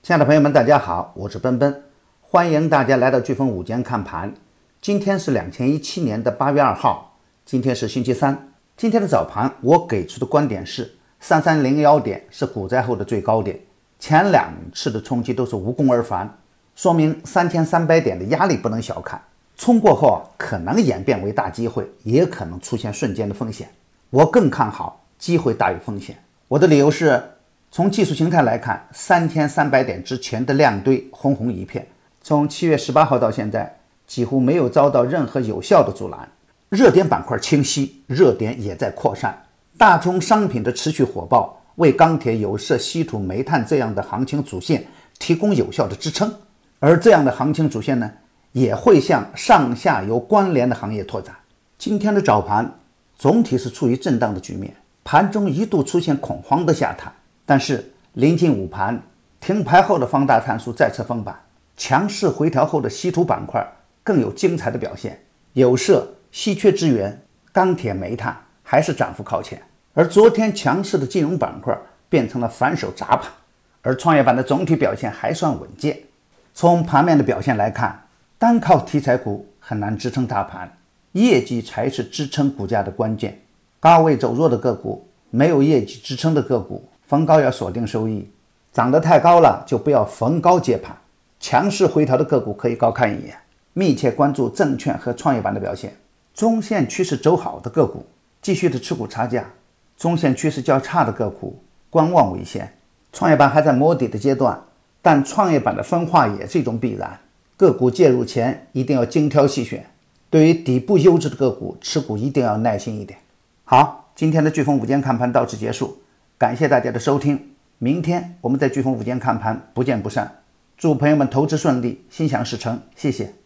亲爱的朋友们，大家好，我是奔奔，欢迎大家来到飓风午间看盘。今天是2017年的8月2号，今天是星期三。今天的早盘我给出的观点是3301点是股灾后的最高点，前两次的冲击都是无功而返，说明3300点的压力不能小看。冲过后可能演变为大机会，也可能出现瞬间的风险。我更看好机会大于风险。我的理由是，从技术形态来看，3300点之前的量堆红红一片，从7月18号到现在几乎没有遭到任何有效的阻拦。热点板块清晰，热点也在扩散。大宗商品的持续火爆，为钢铁、有色、稀土、煤炭这样的行情主线提供有效的支撑。而这样的行情主线呢，也会向上下游关联的行业拓展。今天的早盘总体是处于震荡的局面，盘中一度出现恐慌的下探，但是临近午盘停牌后的放大参数再次封板，强势回调后的稀土板块更有精彩的表现，有色、稀缺资源、钢铁、煤炭还是涨幅靠前，而昨天强势的金融板块变成了反手砸盘，而创业板的总体表现还算稳健。从盘面的表现来看，单靠题材股很难支撑大盘，业绩才是支撑股价的关键。高位走弱的个股，没有业绩支撑的个股，逢高要锁定收益，涨得太高了就不要逢高接盘。强势回调的个股可以高看一眼，密切关注证券和创业板的表现。中线趋势走好的个股继续的持股差价，中线趋势较差的个股观望为先。创业板还在摸底的阶段，但创业板的分化也是一种必然，个股介入前一定要精挑细选，对于底部优质的个股持股一定要耐心一点。好，今天的飓风午间看盘到此结束，感谢大家的收听，明天我们在飓风午间看盘不见不散。祝朋友们投资顺利，心想事成，谢谢。